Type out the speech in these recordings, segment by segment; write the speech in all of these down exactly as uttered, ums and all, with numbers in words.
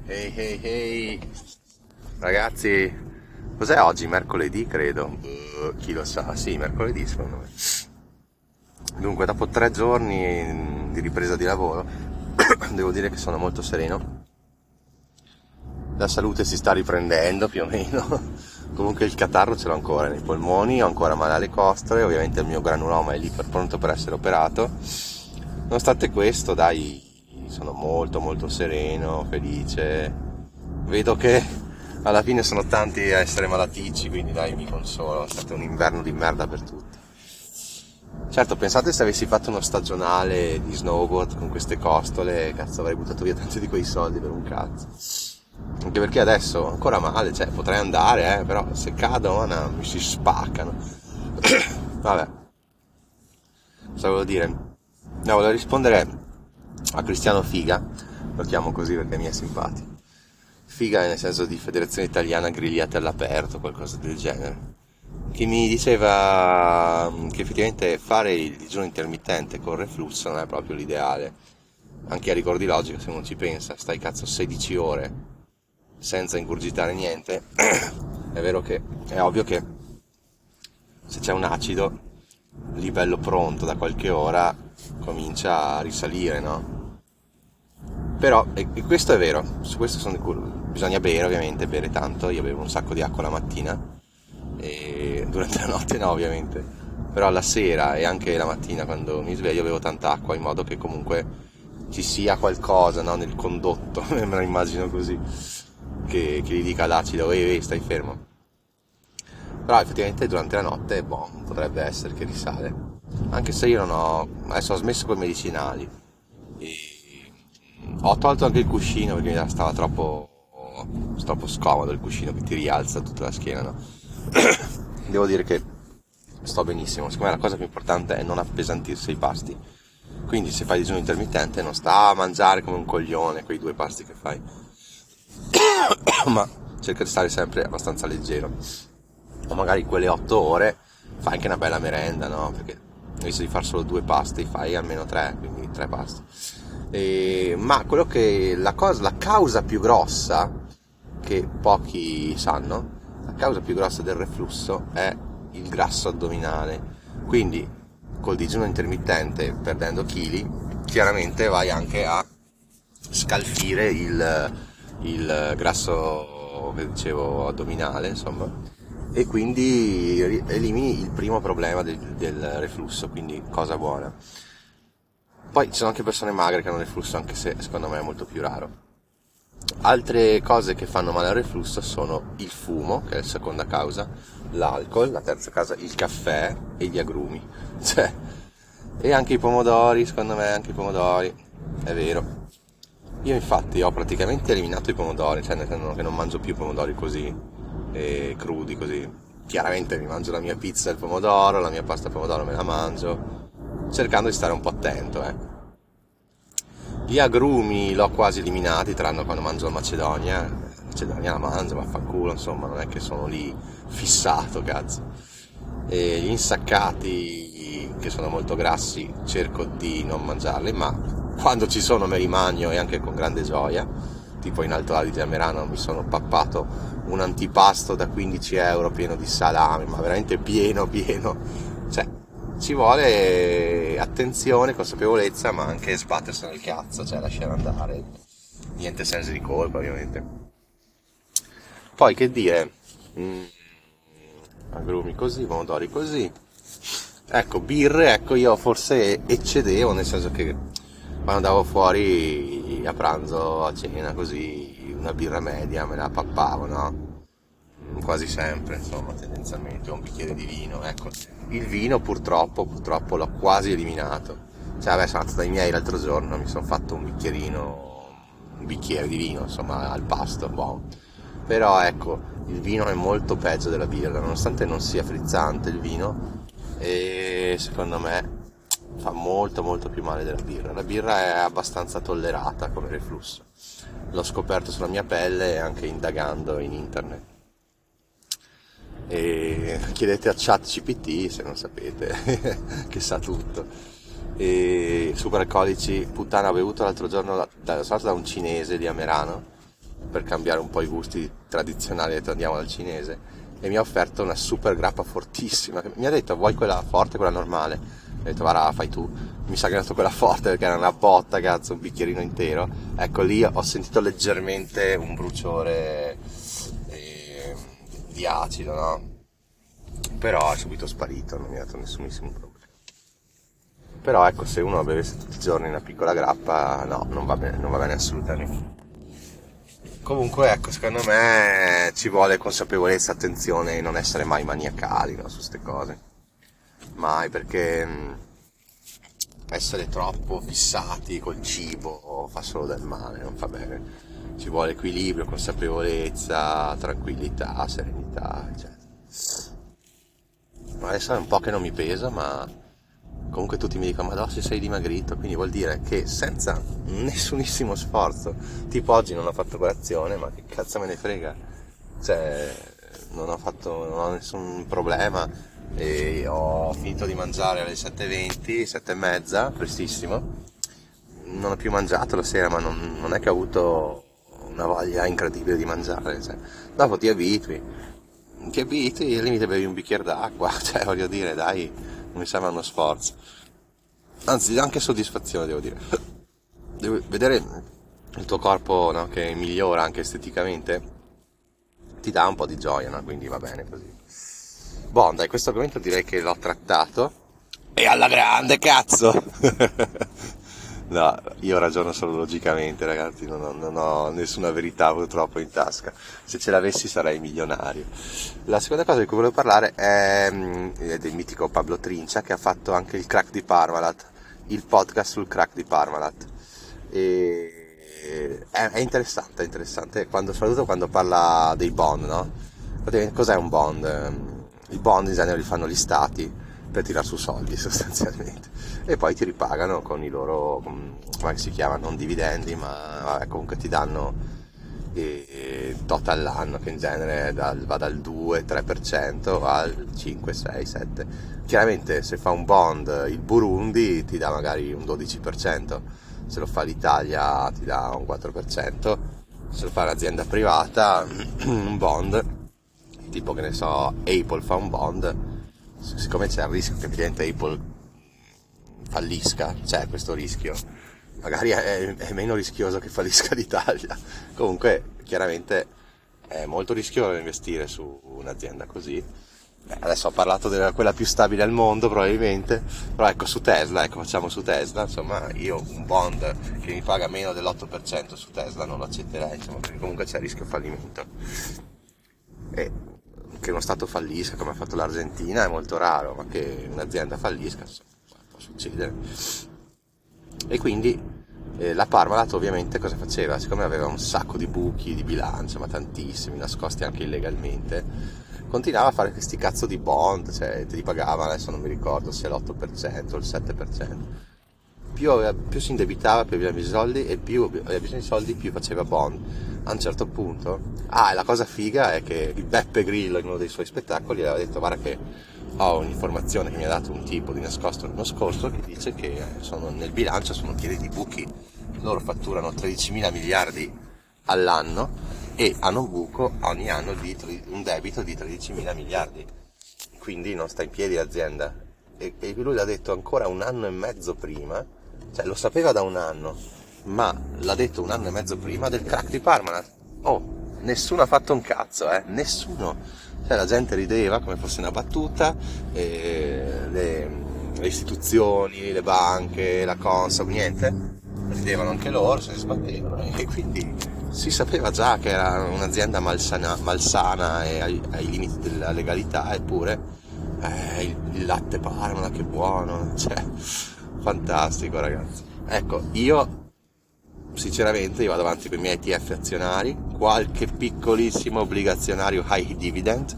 Ehi ehi ehi, ragazzi, cos'è oggi? Mercoledì, credo. Boh, chi lo sa? Sì, mercoledì secondo me. Dunque, dopo tre giorni di ripresa di lavoro, devo dire che sono molto sereno. La salute si sta riprendendo più o meno. Comunque il catarro ce l'ho ancora nei polmoni, ho ancora male alle costole, ovviamente il mio granuloma è lì per pronto per essere operato. Nonostante questo, dai, sono molto molto sereno, felice. Vedo che alla fine sono tanti a essere malaticci, quindi dai, mi consolo. È stato un inverno di merda per tutti. Certo, pensate se avessi fatto uno stagionale di snowboard con queste costole, cazzo, avrei buttato via tanti di quei soldi per un cazzo. Anche perché adesso ho ancora male, cioè potrei andare, eh, però se cado, mana, mi si spaccano. Vabbè, cosa volevo dire? No, volevo rispondere a Cristiano Figa, lo chiamo così perché mi è simpatico. Figa nel senso di Federazione Italiana Grigliate all'Aperto, qualcosa del genere, che mi diceva che effettivamente fare il digiuno intermittente con reflusso non è proprio l'ideale. Anche a rigor di logica, se uno ci pensa, stai cazzo sedici ore senza ingurgitare niente, è vero che è ovvio che se c'è un acido, lì bello pronto da qualche ora, comincia a risalire, no? Però, e, e questo è vero, su questo sono sicuro, bisogna bere ovviamente, bere tanto, io bevo un sacco di acqua la mattina, e durante la notte no ovviamente, però la sera e anche la mattina quando mi sveglio bevo tanta acqua in modo che comunque ci sia qualcosa, no, nel condotto, me la immagino così, che, che gli dica all'acido, ehi, ehi, stai fermo. Però effettivamente durante la notte, boh, potrebbe essere che risale. Anche se io non ho, adesso ho smesso con i medicinali, e ho tolto anche il cuscino perché mi stava troppo, troppo scomodo il cuscino che ti rialza tutta la schiena, no? Devo dire che sto benissimo, secondo me la cosa più importante è non appesantirsi i pasti. Quindi se fai digiuno intermittente non sta a mangiare come un coglione quei due pasti che fai, ma cerca di stare sempre abbastanza leggero. O magari quelle otto ore fai anche una bella merenda, no? Perché invece di fare solo due pasti fai almeno tre, quindi tre pasti. E, ma quello che la cosa, la causa più grossa che pochi sanno, la causa più grossa del reflusso è il grasso addominale. Quindi col digiuno intermittente, perdendo chili, chiaramente vai anche a scalfire il, il grasso, che dicevo, addominale, insomma, e quindi elimini il primo problema del, del reflusso, quindi cosa buona. Poi ci sono anche persone magre che hanno reflusso, anche se secondo me è molto più raro. Altre cose che fanno male al reflusso sono il fumo, che è la seconda causa, l'alcol, la terza causa il caffè e gli agrumi. Cioè, e anche i pomodori, secondo me anche i pomodori, è vero. Io infatti ho praticamente eliminato i pomodori, cioè nel senso che non mangio più pomodori così, eh, crudi così. Chiaramente mi mangio la mia pizza al pomodoro, la mia pasta al pomodoro me la mangio, cercando di stare un po' attento, ecco. Gli agrumi l'ho quasi eliminati, tranne quando mangio la Macedonia. La Macedonia la mangio, vaffanculo, insomma, non è che sono lì fissato, cazzo. E gli insaccati, che sono molto grassi, cerco di non mangiarli, ma quando ci sono me li mangio e anche con grande gioia. Tipo in Alto Adige a Merano mi sono pappato un antipasto da quindici euro pieno di salame, ma veramente pieno, pieno. Cioè, ci vuole attenzione, consapevolezza, ma anche sbattersi nel cazzo, cioè lasciare andare, niente senso di colpa ovviamente. Poi che dire, mm, agrumi così, pomodori così, ecco, birre, ecco, io forse eccedevo, nel senso che quando andavo fuori a pranzo, a cena, così, una birra media me la pappavo, no? Quasi sempre, insomma, tendenzialmente un bicchiere di vino, ecco. Il vino purtroppo, purtroppo l'ho quasi eliminato. Cioè, vabbè, sono andato dai miei l'altro giorno, mi sono fatto un bicchierino, un bicchiere di vino, insomma, al pasto, boh. Però ecco, il vino è molto peggio della birra, nonostante non sia frizzante il vino, e secondo me fa molto molto più male della birra. La birra è abbastanza tollerata come reflusso. L'ho scoperto sulla mia pelle anche indagando in internet. E chiedete a ChatGPT se non sapete che sa tutto. E super alcolici, puttana, ho bevuto l'altro giorno da, da, sono andato da un cinese lì a Merano per cambiare un po' i gusti tradizionali, andiamo dal cinese, e mi ha offerto una super grappa fortissima. Mi ha detto: vuoi quella forte, quella normale? Ho detto: guarda, fai tu. Mi sa che ha dato quella forte perché era una botta, cazzo, un bicchierino intero. Ecco, lì ho sentito leggermente un bruciore eh, di acido, no? Però è subito sparito, non mi ha dato nessunissimo problema. Però ecco, se uno bevesse tutti i giorni una piccola grappa, no, non va bene, non va bene assolutamente. Comunque, ecco, secondo me ci vuole consapevolezza, attenzione, e non essere mai maniacali, no, su queste cose. Mai, perché mh, essere troppo fissati col cibo fa solo del male, non fa bene. Ci vuole equilibrio, consapevolezza, tranquillità, serenità, eccetera. Adesso è un po' che non mi pesa, ma comunque tutti mi dicono: ma no, se sei dimagrito, quindi vuol dire che senza nessunissimo sforzo, tipo oggi non ho fatto colazione, ma che cazzo me ne frega, cioè non ho fatto, non ho nessun problema, e ho finito di mangiare alle sette e venti, sette e mezza, prestissimo, non ho più mangiato la sera, ma non, non è che ho avuto una voglia incredibile di mangiare, cioè, dopo ti abitui, ti abitui, al limite bevi un bicchiere d'acqua, cioè voglio dire, dai, non mi sembra uno sforzo, anzi anche soddisfazione, devo dire. Devo vedere il tuo corpo, no, che migliora anche esteticamente, ti dà un po' di gioia, no? Quindi va bene così. Boh, dai, questo argomento direi che l'ho trattato, e alla grande, cazzo. No, io ragiono solo logicamente, ragazzi, non ho, non ho nessuna verità purtroppo in tasca. Se ce l'avessi sarei milionario. La seconda cosa di cui volevo parlare è, è del mitico Pablo Trincia, che ha fatto anche il crack di Parmalat, il podcast sul crack di Parmalat. E è, è interessante, è interessante, quando, soprattutto quando parla dei bond, no? Cos'è un bond? I bond in genere li fanno gli stati per tirare su soldi sostanzialmente, e poi ti ripagano con i loro, come si chiama, non dividendi, ma vabbè, comunque ti danno eh, tot all'anno, che in genere dal, va dal due tre per cento al cinque sei sette. Chiaramente se fa un bond il Burundi ti dà magari un dodici per cento, se lo fa l'Italia ti dà un quattro per cento, se lo fa un'azienda privata un bond, tipo, che ne so, Apple fa un bond, siccome c'è il rischio che praticamente Apple fallisca, c'è questo rischio, magari è, è meno rischioso che fallisca l'Italia, comunque chiaramente è molto rischioso investire su un'azienda così. Beh, adesso ho parlato della quella più stabile al mondo probabilmente, però ecco, su Tesla, ecco, facciamo su Tesla, insomma, io un bond che mi paga meno dell'otto per cento su Tesla non lo accetterei, insomma, perché comunque c'è il rischio fallimento. E che uno stato fallisca, come ha fatto l'Argentina, è molto raro, ma che un'azienda fallisca, insomma, può succedere. E quindi eh, la Parmalat ovviamente cosa faceva? Siccome aveva un sacco di buchi di bilancio, ma tantissimi, nascosti anche illegalmente, continuava a fare questi cazzo di bond, cioè te li pagava, adesso non mi ricordo se l'otto per cento o il sette per cento. Più, aveva, più si indebitava, più aveva bisogno di soldi, e più aveva bisogno di soldi, più faceva bond. A un certo punto, ah, e la cosa figa è che il Beppe Grillo, in uno dei suoi spettacoli, aveva detto: guarda che ho un'informazione che mi ha dato un tipo di nascosto l'anno scorso, che dice che sono, nel bilancio sono pieni di buchi, loro fatturano tredicimila miliardi all'anno e hanno un buco ogni anno di un debito di tredicimila miliardi, quindi non sta in piedi l'azienda. E, e lui l'ha detto ancora un anno e mezzo prima, cioè lo sapeva da un anno, ma l'ha detto un anno e mezzo prima del crack di Parmalat. Oh, nessuno ha fatto un cazzo, eh, nessuno. Cioè la gente rideva come fosse una battuta, e le, le istituzioni, le banche, la Consob, niente, ridevano anche loro, se ne sbattevano, e quindi si sapeva già che era un'azienda malsana, malsana e ai, ai limiti della legalità, eppure eh, il, il latte Parmalat, che buono, cioè fantastico, ragazzi. Ecco, io sinceramente io vado avanti con i miei E T F azionari, qualche piccolissimo obbligazionario high dividend,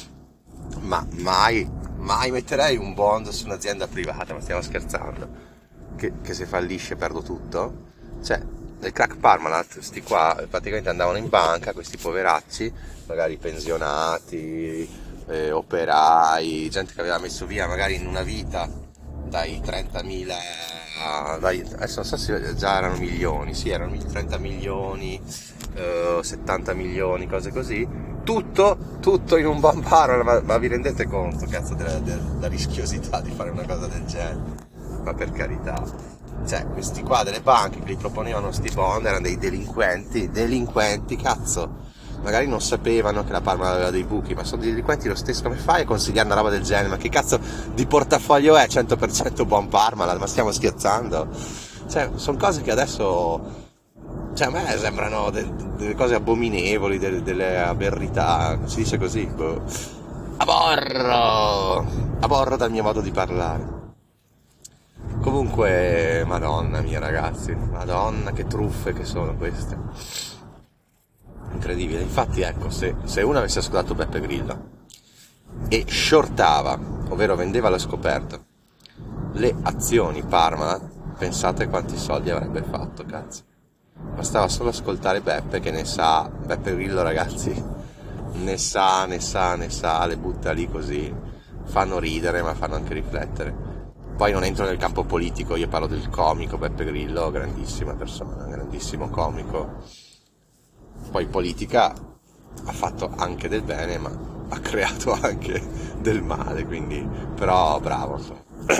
ma mai, mai metterei un bond su un'azienda privata, ma stiamo scherzando, che, che se fallisce perdo tutto. Cioè, nel crack Parmalat, sti qua praticamente andavano in banca, questi poveracci, magari pensionati, eh, operai, gente che aveva messo via magari in una vita dai trentamila, dai, adesso non so se già erano milioni, sì, erano trenta milioni, uh, settanta milioni, cose così, tutto, tutto in un buon Parmalat, ma, ma vi rendete conto, cazzo, della, della rischiosità di fare una cosa del genere? Ma per carità, cioè, questi qua delle banche che li proponevano sti bond erano dei delinquenti, delinquenti, cazzo, magari non sapevano che la Parmalat aveva dei buchi, ma sono dei delinquenti lo stesso. Come fai a consigliare una roba del genere? Ma che cazzo di portafoglio è cento per cento buon Parmalat? Ma stiamo scherzando? Cioè, sono cose che adesso, cioè, a me sembrano de- delle cose abominevoli, de- delle aberrità, si dice così, boh. Aborro! Aborro dal mio modo di parlare. Comunque, madonna mia ragazzi, madonna che truffe che sono queste. Incredibile. Infatti, ecco, se, se uno avesse ascoltato Beppe Grillo e shortava, ovvero vendeva allo scoperto, le azioni Parmalat, pensate quanti soldi avrebbe fatto, cazzo. Bastava solo ascoltare Beppe, che ne sa. Beppe Grillo, ragazzi, ne sa, ne sa, ne sa, le butta lì così, fanno ridere ma fanno anche riflettere. Poi non entro nel campo politico, io parlo del comico Beppe Grillo, grandissima persona, grandissimo comico. Poi politica ha fatto anche del bene, ma ha creato anche del male, quindi, però bravo, insomma.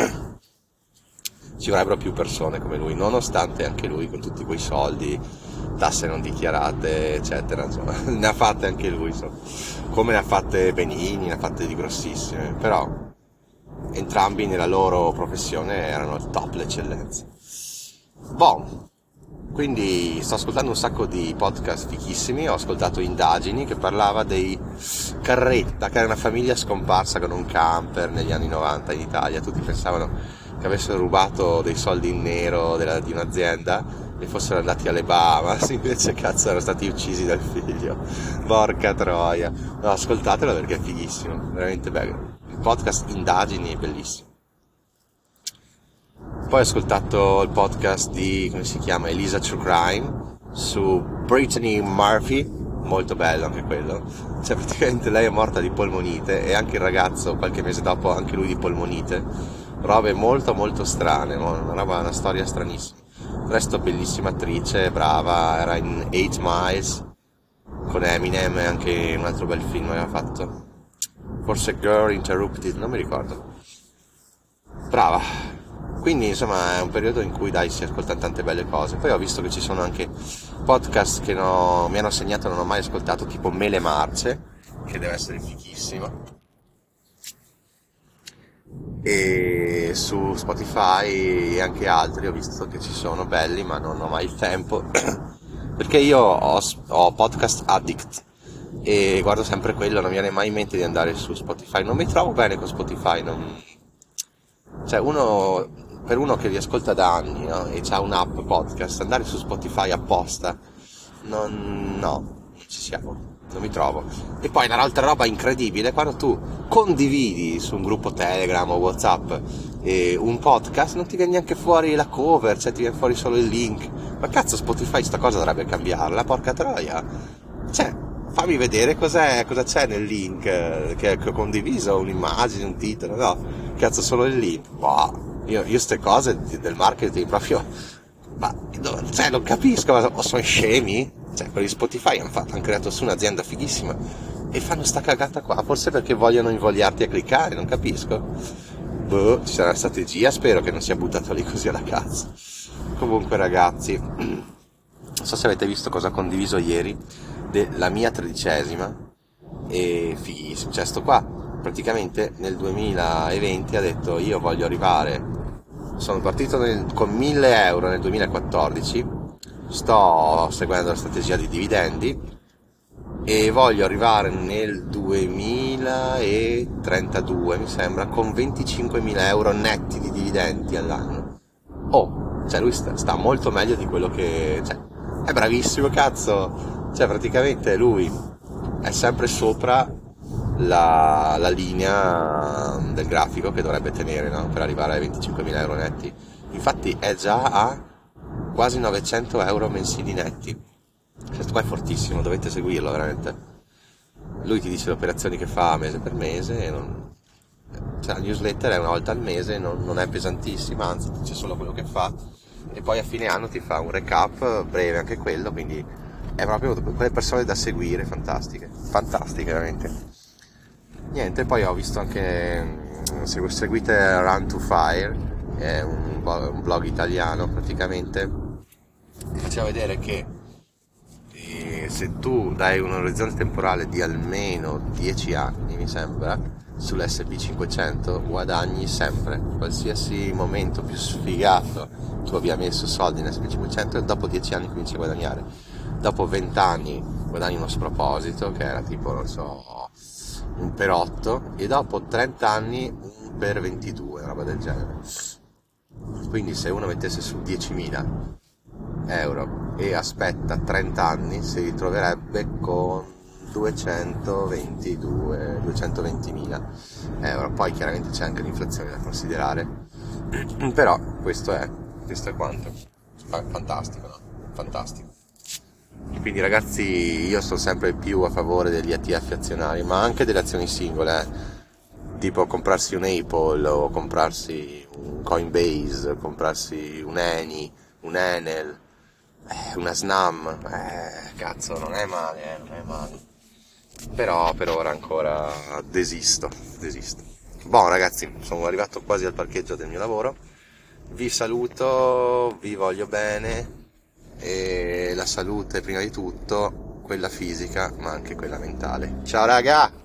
Ci vorrebbero più persone come lui, nonostante anche lui con tutti quei soldi, tasse non dichiarate, eccetera, insomma, ne ha fatte anche lui, insomma, come ne ha fatte Benigni, ne ha fatte di grossissime, però entrambi nella loro professione erano il top, l'eccellenza. Boh, quindi sto ascoltando un sacco di podcast fichissimi. Ho ascoltato Indagini, che parlava dei Carretta, che era una famiglia scomparsa con un camper negli anni novanta in Italia. Tutti pensavano che avessero rubato dei soldi in nero della, di un'azienda e fossero andati alle Bahamas, invece cazzo erano stati uccisi dal figlio. Porca troia. No, ascoltatelo perché è fighissimo, veramente bello. Il podcast Indagini è bellissimo. Poi ho ascoltato il podcast di, come si chiama, Elisa True Crime, su Brittany Murphy, molto bello anche quello. Cioè praticamente lei è morta di polmonite e anche il ragazzo qualche mese dopo anche lui di polmonite. Robe molto molto strane, una roba, una storia stranissima. Il resto bellissima attrice, brava, era in Eight Miles con Eminem e anche un altro bel film aveva fatto. Forse Girl Interrupted, non mi ricordo. Brava. Quindi insomma è un periodo in cui dai si ascoltano tante belle cose. Poi ho visto che ci sono anche podcast che no, mi hanno segnato, non ho mai ascoltato, tipo Mele Marce, che deve essere fighissimo, e su Spotify e anche altri ho visto che ci sono belli, ma non ho mai il tempo perché io ho, ho Podcast Addict e guardo sempre quello, non mi viene mai in mente di andare su Spotify, non mi trovo bene con Spotify, non... cioè uno, per uno che li ascolta da anni, no? E c'ha un'app podcast, andare su Spotify apposta, non, no, non ci siamo, non mi trovo. E poi un'altra roba incredibile, quando tu condividi su un gruppo Telegram o WhatsApp eh, un podcast, non ti viene neanche fuori la cover, cioè ti viene fuori solo il link. Ma cazzo, Spotify sta cosa dovrebbe cambiarla, porca troia. Cioè, fammi vedere cos'è, cosa c'è nel link che, che ho condiviso, un'immagine, un titolo, no? Cazzo, solo il link. Boh, io, io ste cose del marketing proprio, ma cioè, non capisco, ma sono scemi? Cioè, quelli di Spotify hanno, fatto, hanno creato su un'azienda fighissima e fanno sta cagata qua, forse perché vogliono invogliarti a cliccare, non capisco. Boh, ci sarà una strategia, spero che non sia buttato lì così alla cazzo. Comunque ragazzi, non so se avete visto cosa ho condiviso ieri della mia tredicesima, e fighissimo, cioè sto qua praticamente nel duemilaventi ha detto io voglio arrivare, sono partito nel, con mille euro nel duemilaquattordici, sto seguendo la strategia di dividendi e voglio arrivare nel duemilatrentadue mi sembra con venticinquemila euro netti di dividendi all'anno. Oh, cioè lui sta, sta molto meglio di quello che, cioè, è bravissimo, cazzo, cioè praticamente lui è sempre sopra la, la linea del grafico che dovrebbe tenere, no? Per arrivare ai venticinquemila euro netti. Infatti è già a quasi novecento euro mensili netti. Questo qua è fortissimo, dovete seguirlo veramente. Lui ti dice le operazioni che fa mese per mese e non... cioè la newsletter è una volta al mese, non, non è pesantissima, anzi ti dice solo quello che fa e poi a fine anno ti fa un recap breve anche quello, quindi è proprio quelle persone da seguire, fantastiche, fantastiche veramente. Niente, poi ho visto anche, se seguite Run to Fire, è un, un blog italiano praticamente, ti faceva vedere che eh, se tu dai un orizzonte temporale di almeno dieci anni, mi sembra, sull'esse and pi cinquecento guadagni sempre, qualsiasi momento più sfigato tu abbia messo soldi nell'esse and pi cinquecento, e dopo dieci anni cominci a guadagnare. Dopo venti anni guadagni uno sproposito che era tipo, non so, un per otto, e dopo trenta anni un per ventidue, una roba del genere. Quindi se uno mettesse su diecimila euro e aspetta trenta anni, si ritroverebbe con duecentoventidue duecentoventimila euro. Poi chiaramente c'è anche l'inflazione da considerare, però questo è questo è quanto. Fantastico, no? Fantastico. Quindi ragazzi, io sono sempre più a favore degli E T F azionari, ma anche delle azioni singole, eh. Tipo comprarsi un Apple o comprarsi un Coinbase, comprarsi un Eni, un Enel, eh, una Snam, eh, cazzo, non è male, eh, non è male. Però per ora ancora desisto, desisto. Buon ragazzi, sono arrivato quasi al parcheggio del mio lavoro, vi saluto, vi voglio bene, e la salute prima di tutto, quella fisica ma anche quella mentale. Ciao raga!